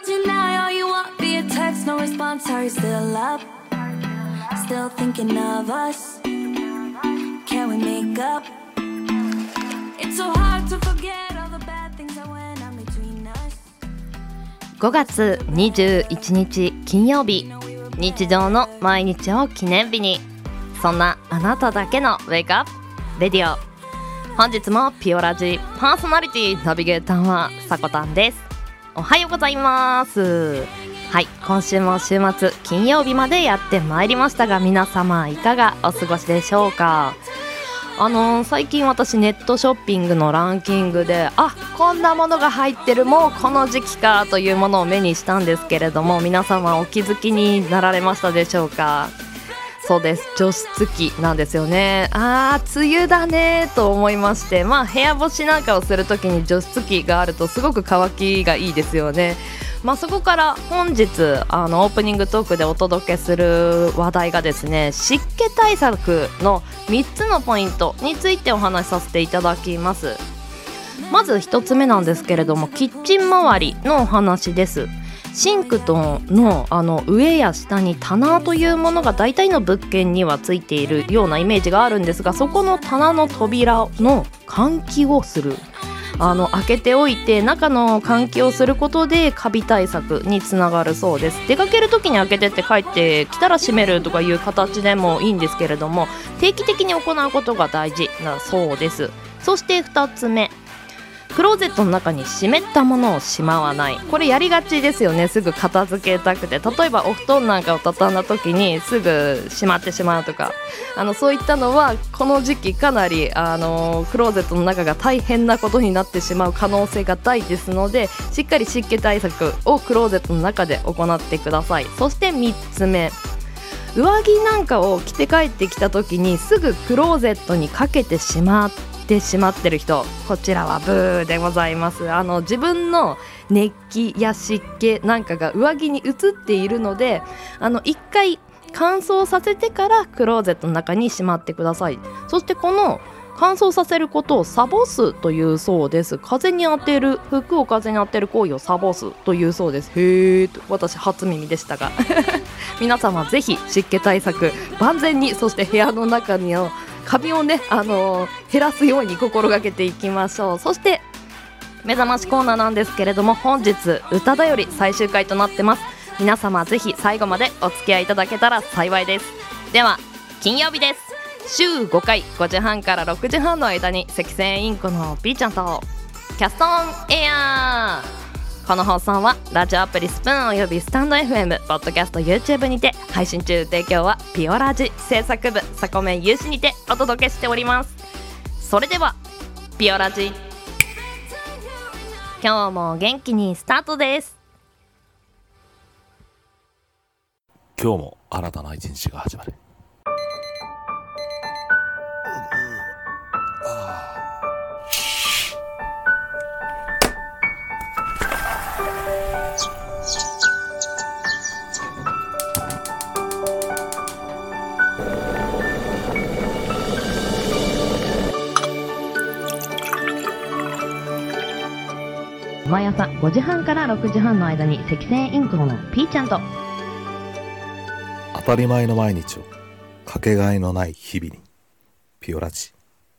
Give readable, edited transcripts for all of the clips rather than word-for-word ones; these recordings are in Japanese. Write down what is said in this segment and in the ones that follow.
Tonight all you want via text, no response, are you still up? Still thinking of us? Can we make up? It's so hard to forget all the bad things that went on between us. 5月21日金曜日、日常の毎日を記念日に、そんなあなただけのウェイクアップレディオ。本日もピオラジパーソナリティナビゲーターはさこたんです。おはようございます。はい、今週も週末金曜日までやってまいりましたが、皆様いかがお過ごしでしょうか。最近私ネットショッピングのランキングでこんなものが入ってる、もうこの時期かというものを目にしたんですけれども、皆様お気づきになられましたでしょうか。そうです、除湿機なんですよね。梅雨だねと思いまして、部屋干しなんかをするときに除湿機があるとすごく乾きがいいですよね。そこから本日オープニングトークでお届けする話題がですね、湿気対策の3つのポイントについてお話しさせていただきます。まず1つ目なんですけれども、キッチン周りのお話です。シンクとの上や下に棚というものが大体の物件にはついているようなイメージがあるんですが、そこの棚の扉の換気をする、開けておいて中の換気をすることでカビ対策につながるそうです。出かける時に開けてって帰ってきたら閉めるとかいう形でもいいんですけれども、定期的に行うことが大事だそうです。そして2つ目、クローゼットの中に湿ったものをしまわない。これやりがちですよね。すぐ片付けたくて、例えばお布団なんかを畳んだ時にすぐしまってしまうとか、そういったのはこの時期かなりクローゼットの中が大変なことになってしまう可能性が大ですので、しっかり湿気対策をクローゼットの中で行ってください。そして3つ目、上着なんかを着て帰ってきた時にすぐクローゼットにかけてしまってる人、こちらはブーでございます。自分の熱気や湿気なんかが上着に移っているので、一回乾燥させてからクローゼットの中にしまってください。そしてこの乾燥させることをサボすというそうです。服を風に当てる行為をサボすというそうです。へーと、私初耳でしたが皆様ぜひ湿気対策万全に、そして部屋の中のカビをね、減らすように心がけていきましょう。そして目覚ましコーナーなんですけれども、本日歌だより最終回となってます。皆様ぜひ最後までお付き合いいただけたら幸いです。では金曜日です。週5回5時半から6時半の間に赤線インコの B ちゃんとキャストオンエアー。この放送はラジオアプリスプーンおよびスタンド FM、 ポッドキャスト YouTube にて配信中。提供はピオラジ制作部サコメン有志にてお届けしております。それではピオラジ、今日も元気にスタートです。 今日も新たな一日が始まる。 毎朝5時半から6時半の間に赤線インコの P ちゃんと当たり前の毎日をかけがえのない日々に、ピオラジ。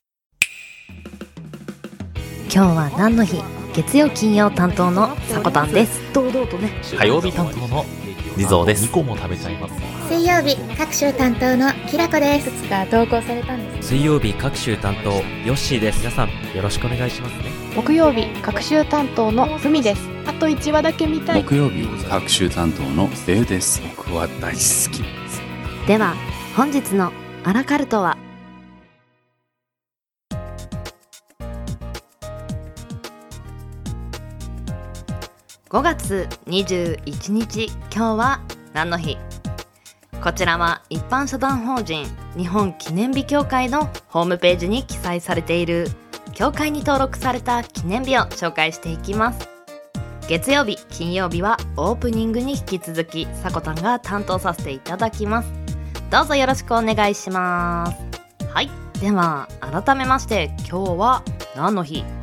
今日は何の日？月曜金曜担当のさこたんです。堂々とね。 火曜日担当のリゾーです。2個も食べちゃいます。 水曜日各週担当のきらこです。いくつか投稿されたんです。 水曜日各週担当ヨッシーです。皆さんよろしくお願いしますね。 木曜日各週担当のふみです。あと1話だけ見たい。 木曜日各週担当のレイです。僕は大好きです。 では本日のアラカルトは、5月21日、今日は何の日？こちらは一般社団法人日本記念日協会のホームページに記載されている協会に登録された記念日を紹介していきます。月曜日、金曜日はオープニングに引き続きさこたんが担当させていただきます。どうぞよろしくお願いします。はい、では改めまして今日は何の日？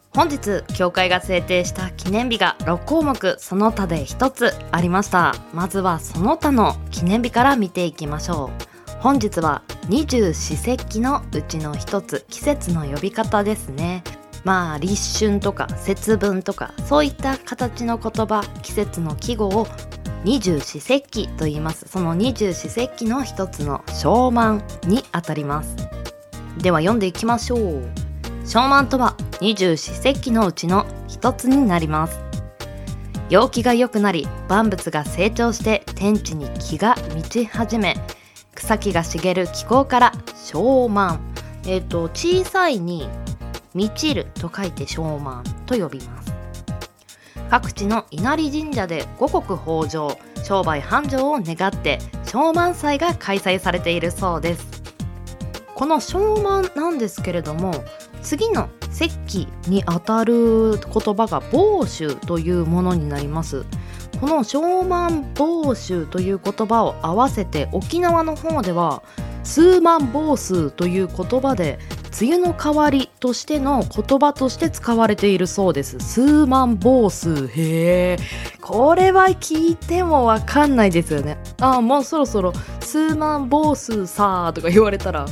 本日協会が制定した記念日が6項目その他で1つありました。まずはその他の記念日から見ていきましょう。本日は二十四節気のうちの一つ、季節の呼び方ですね。立春とか節分とかそういった形の言葉、季節の季語を二十四節気と言います。その二十四節気の一つの小満にあたります。では読んでいきましょう。小満とは二十四節気のうちの一つになります。陽気が良くなり、万物が成長して天地に気が満ち始め、草木が茂る気候から小満、小さいに満ちると書いて小満と呼びます。各地の稲荷神社で五穀豊穣、商売繁盛を願って小満祭が開催されているそうです。この小満なんですけれども、次の節気にあたる言葉が芒種というものになります。この小満芒種という言葉を合わせて沖縄の方では数万房数という言葉で梅雨の代わりとしての言葉として使われているそうです。数万房数、へー、これは聞いてもわかんないですよね。もうそろそろ数万房数さーとか言われたら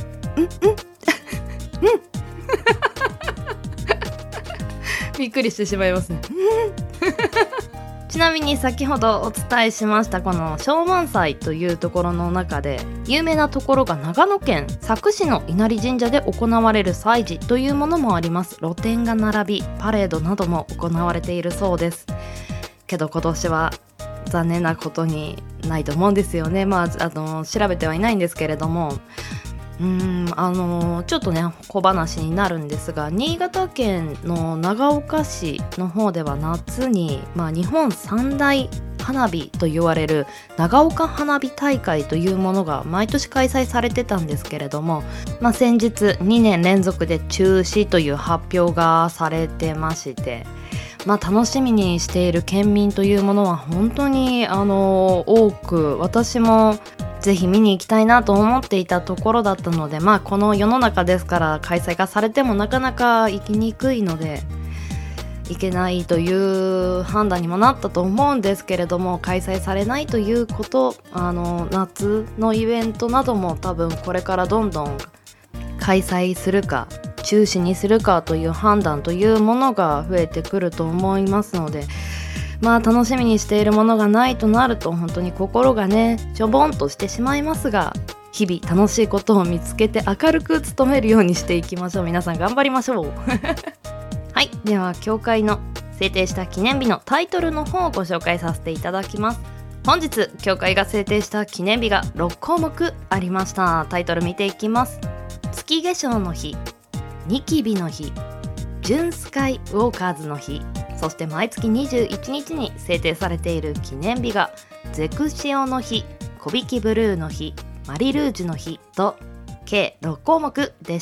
びっくりしてしまいますねちなみに先ほどお伝えしましたこの小満祭というところの中で有名なところが長野県佐久市の稲荷神社で行われる祭事というものもあります。露店が並び、パレードなども行われているそうです。けど今年は残念なことにないと思うんですよね。調べてはいないんですけれども、ちょっとね小話になるんですが、新潟県の長岡市の方では夏に、日本三大花火と言われる長岡花火大会というものが毎年開催されてたんですけれども、先日2年連続で中止という発表がされてまして、楽しみにしている県民というものは本当に多く、私もぜひ見に行きたいなと思っていたところだったので、この世の中ですから開催がされてもなかなか行きにくいので行けないという判断にもなったと思うんですけれども、開催されないということ、夏のイベントなども多分これからどんどん開催するか中止にするかという判断というものが増えてくると思いますので、楽しみにしているものがないとなると本当に心がねしょぼんとしてしまいますが、日々楽しいことを見つけて明るく努めるようにしていきましょう。皆さん頑張りましょうはい、では協会の制定した記念日のタイトルの方をご紹介させていただきます。本日協会が制定した記念日が6項目ありました。タイトル見ていきます。月化粧の日、ニキビの日、ジュンスカイウォーカーズの日、そして毎月21日に制定されている記念日がゼクシオの日、小引ブルーの日、マリルージュの日と計6項目でした。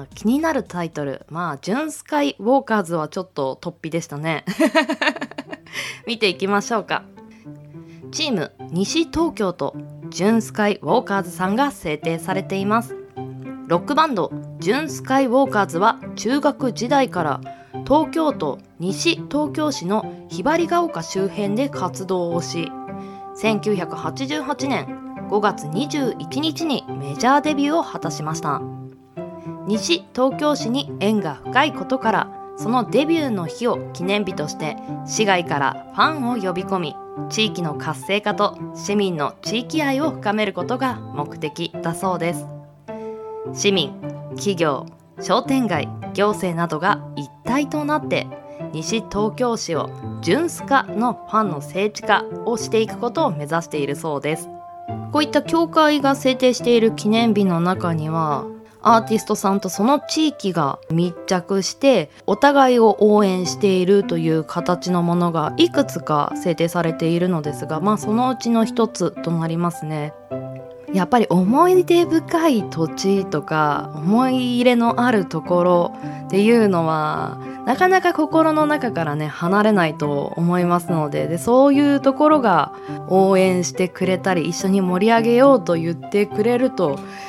気になるタイトル、ジュンスカイウォーカーズはちょっと突飛でしたね見ていきましょうか。チーム西東京都ジュンスカイウォーカーズさんが制定されています。ロックバンドジュンスカイウォーカーズは中学時代から東京都西東京市のひばりが丘周辺で活動をし、1988年5月21日にメジャーデビューを果たしました。西東京市に縁が深いことから、そのデビューの日を記念日として市外からファンを呼び込み、地域の活性化と市民の地域愛を深めることが目的だそうです。市民、企業、商店街、行政などが一体となって西東京市をジュンスカのファンの聖地化をしていくことを目指しているそうです。こういった協会が制定している記念日の中には、アーティストさんとその地域が密着してお互いを応援しているという形のものがいくつか制定されているのですが、そのうちの一つとなりますね。やっぱり思い出深い土地とか思い入れのあるところっていうのはなかなか心の中からね離れないと思いますので、そういうところが応援してくれたり一緒に盛り上げようと言ってくれると、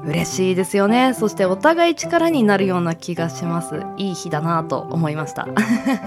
嬉しいですよね。そしてお互い力になるような気がします。いい日だなと思いました。はい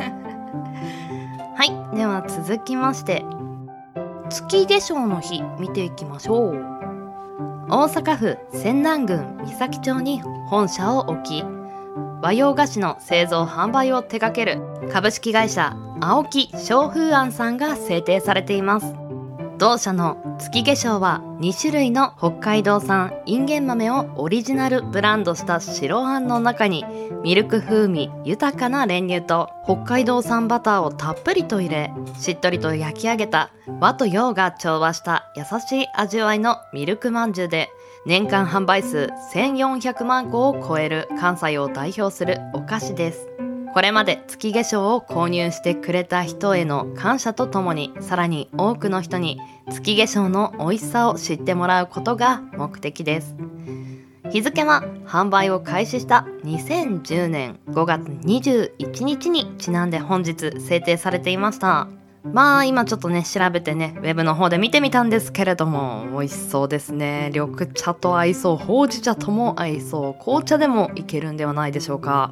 、では続きまして、月化粧の日見ていきましょう。大阪府泉南郡三崎町に本社を置き、和洋菓子の製造販売を手掛ける株式会社青木商風庵さんが制定されています。同社の月化粧は2種類の北海道産インゲン豆をオリジナルブランドした白あんの中にミルク風味豊かな練乳と北海道産バターをたっぷりと入れ、しっとりと焼き上げた和と洋が調和した優しい味わいのミルクまんじゅうで、年間販売数1400万個を超える関西を代表するお菓子です。これまで月化粧を購入してくれた人への感謝とともに、さらに多くの人に月化粧の美味しさを知ってもらうことが目的です。日付は販売を開始した2010年5月21日にちなんで本日制定されていました。まあ今ちょっとね調べてねウェブの方で見てみたんですけれども、美味しそうですね。緑茶と合いそう、ほうじ茶とも合いそう、紅茶でもいけるんではないでしょうか。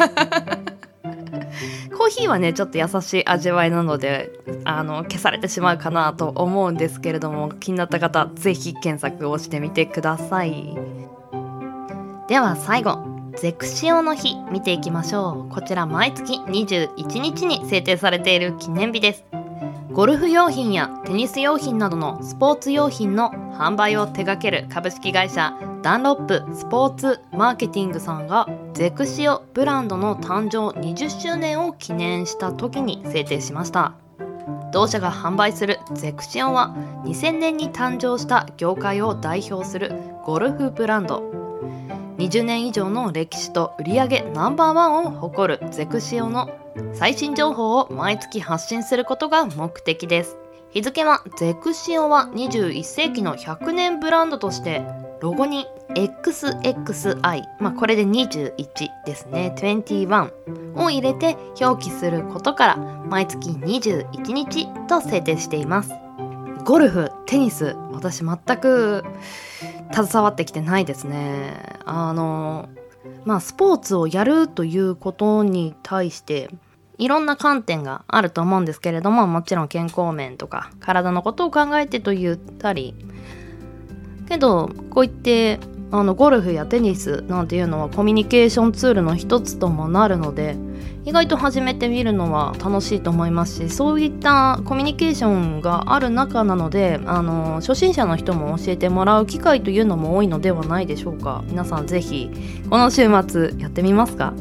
コーヒーはねちょっと優しい味わいなので消されてしまうかなと思うんですけれども、気になった方ぜひ検索をしてみてください。では最後、ゼクシオの日見ていきましょう。こちら毎月21日に制定されている記念日です。ゴルフ用品やテニス用品などのスポーツ用品の販売を手掛ける株式会社ダンロップスポーツマーケティングさんがゼクシオブランドの誕生20周年を記念した時に制定しました。同社が販売するゼクシオは2000年に誕生した業界を代表するゴルフブランド。20年以上の歴史と売上ナンバーワンを誇るゼクシオの最新情報を毎月発信することが目的です。日付はゼクシオは21世紀の100年ブランドとしてロゴに XXI、これで21ですね、21を入れて表記することから毎月21日と制定しています。ゴルフ、テニス、私全く携わってきてないですね。スポーツをやるということに対していろんな観点があると思うんですけれども、もちろん健康面とか体のことを考えてと言ったり、けどこういってゴルフやテニスなんていうのはコミュニケーションツールの一つともなるので、意外と始めてみるのは楽しいと思いますし、そういったコミュニケーションがある中なので初心者の人も教えてもらう機会というのも多いのではないでしょうか。皆さんぜひこの週末やってみますか。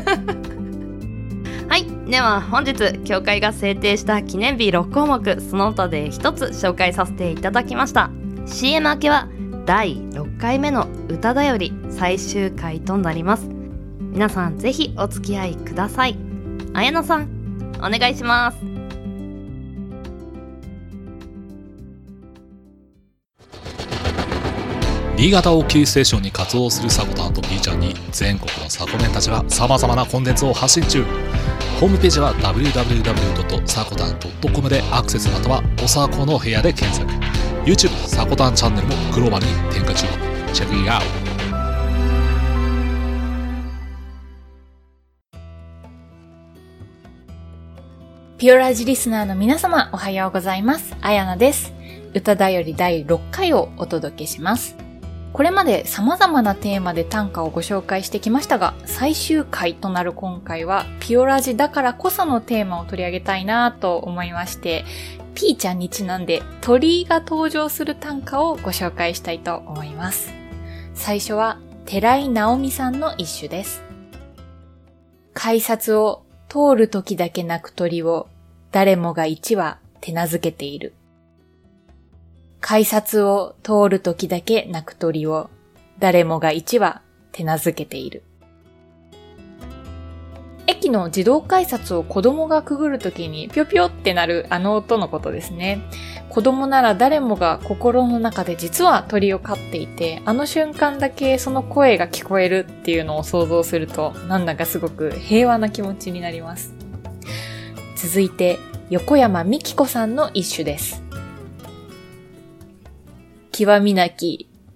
はい、では本日協会が制定した記念日6項目、その他で一つ紹介させていただきました。 CM 明けは第6回目の歌だより最終回となります。皆さんぜひお付き合いください。綾乃さんお願いします。 新潟をキーステーションに活動するサコタンと B ちゃんに全国のサコメンたちがさまざまなコンテンツを発信中。ホームページは www.sakotan.com でアクセス、またはおさこの部屋で検索。 YouTube サコタンチャンネルもグローバルに展開中。チェックイットアウト。 ピオラジリスナーの皆様、おはようございます。あやなです。歌だより第6回をお届けします。これまで様々なテーマで短歌をご紹介してきましたが、最終回となる今回はピオラジだからこそのテーマを取り上げたいなと思いまして、ピーちゃんにちなんで鳥居が登場する短歌をご紹介したいと思います。最初は寺井直美さんの一首です。改札を通る時だけ鳴く鳥を誰もが一羽手なずけている。改札を通る時だけ鳴く鳥を誰もが一羽手なずけている。駅の自動改札を子供がくぐるときにぴょぴょってなるあの音のことですね。子供なら誰もが心の中で実は鳥を飼っていて、あの瞬間だけその声が聞こえるっていうのを想像すると、なんだかすごく平和な気持ちになります。続いて横山美希子さんの一首です。極みなき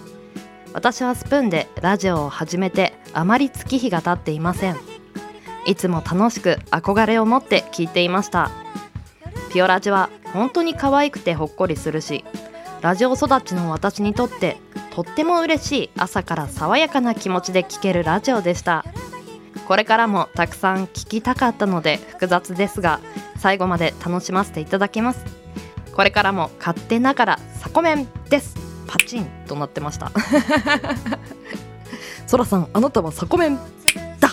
私はスプーンでラジオを始めてあまり月日が経っていません。いつも楽しく憧れを持って聞いていました。ピオラジは本当に可愛くてほっこりするし、ラジオ育ちの私にとってとっても嬉しい朝から爽やかな気持ちで聴けるラジオでした。これからもたくさん聞きたかったので複雑ですが、最後まで楽しませていただきます。これからも勝手ながらサコメンです。パチンとなってました。ソラさん、あなたはサコメンだ。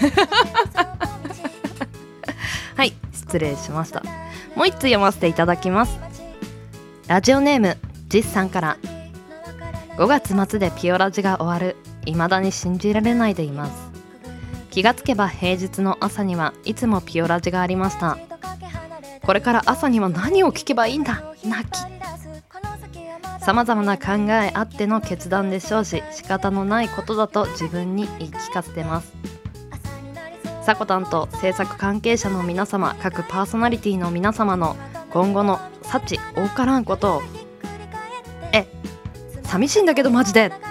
はい、失礼しました。もう一つ読ませていただきます。ラジオネームジスさんから。5月末でピオラジが終わる。未だに信じられないでいます。気がつけば平日の朝にはいつもピオラジがありました。これから朝には何を聞けばいいんだ、泣き。さまざまな考えあっての決断でしょうし、仕方のないことだと自分に言い聞かせてます。さこたんと制作関係者の皆様、各パーソナリティの皆様の今後の幸多からんことを寂しいんだけどマジで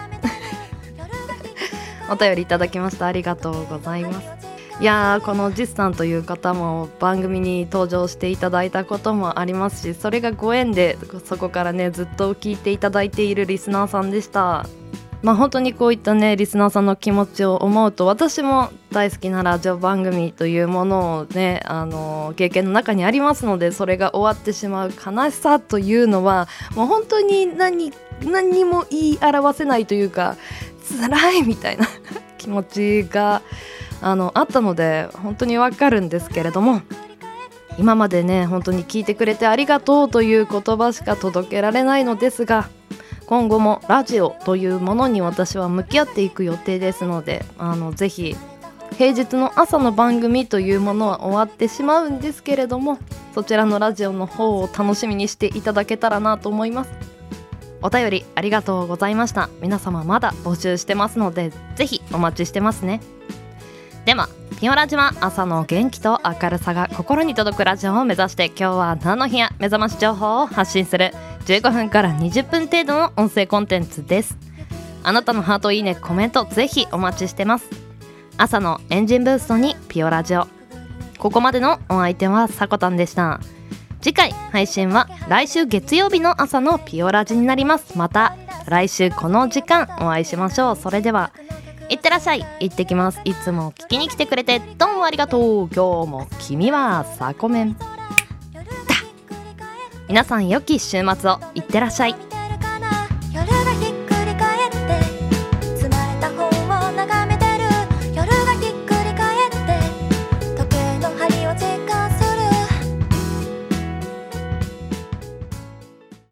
お便りいただきました。ありがとうございます。いやー、このジスさんという方も番組に登場していただいたこともありますし、それがご縁でそこからねずっと聞いていただいているリスナーさんでした。本当にこういったねリスナーさんの気持ちを思うと、私も大好きなラジオ番組というものをね経験の中にありますので、それが終わってしまう悲しさというのはもう本当に何にも言い表せないというか、辛いみたいな気持ちがあったので本当にわかるんですけれども、今までね本当に聞いてくれてありがとうという言葉しか届けられないのですが、今後もラジオというものに私は向き合っていく予定ですので、ぜひ平日の朝の番組というものは終わってしまうんですけれども、そちらのラジオの方を楽しみにしていただけたらなと思います。お便りありがとうございました。皆様まだ募集してますので、ぜひお待ちしてますね。ではピオラジは朝の元気と明るさが心に届くラジオを目指して、今日は何の日や目覚まし情報を発信する15分から20分程度の音声コンテンツです。あなたのハート、いいね、コメントぜひお待ちしてます。朝のエンジンブーストにピオラジオ。ここまでのお相手はさこたんでした。次回配信は来週月曜日の朝のピオラジになります。また来週この時間お会いしましょう。それではいってらっしゃい。行ってきます。いつも聞きに来てくれてどうもありがとう。今日も君はサコメンだ。皆さん良き週末を。いってらっしゃい。